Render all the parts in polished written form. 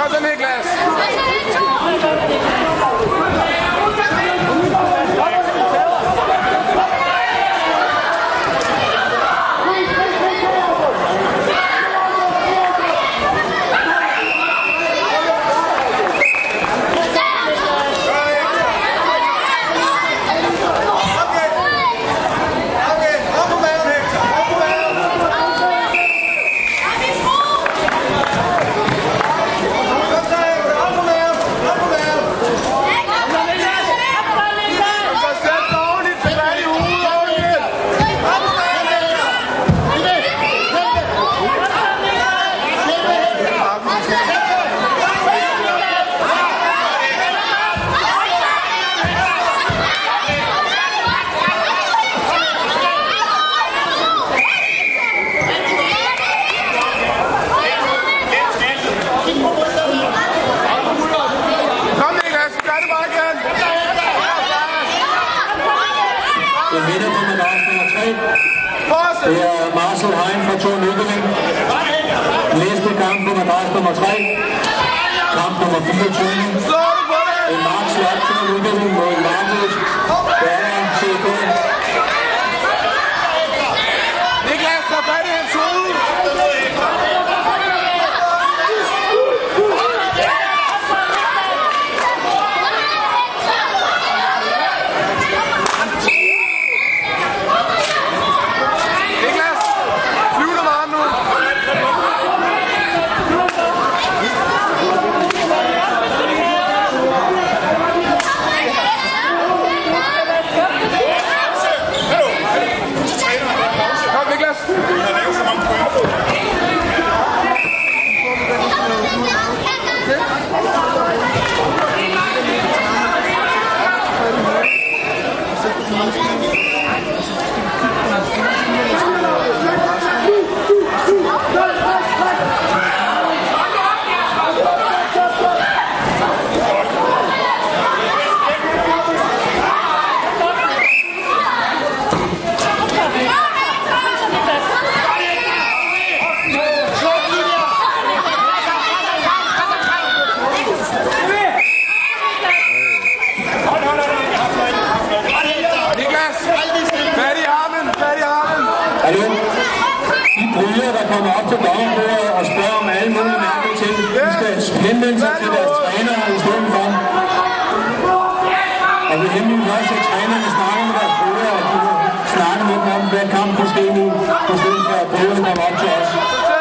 Kom så, Niklas. Det er Marcel Hein fra Thor Nykøbing. Næste kamp på madras nummer 3. Kamp nummer 24. En Mark Slot fra Nykøbing mod Markus Bjerre CK. Niklas, der fat i hans hoved. Og spørge om alle mulige mærkelige ting. De skal henvende sig til deres trænere i stedet for. Og vi henvender også til trænerne snakker med deres brugere, og de vil snakke med dem om, hvad kamp der sker nu, i stedet for at brugerne kommer op til os.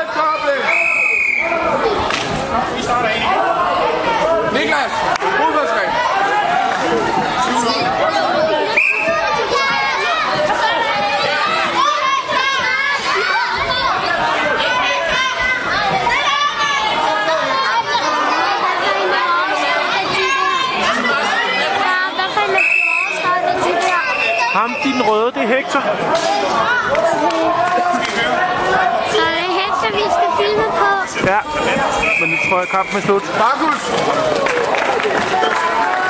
Niklas, hovedforskræk. Ham, din røde, det er Hector. Så er det Hector, vi skal filme på? Ja, men nu tror jeg, kampen er slut. Markus!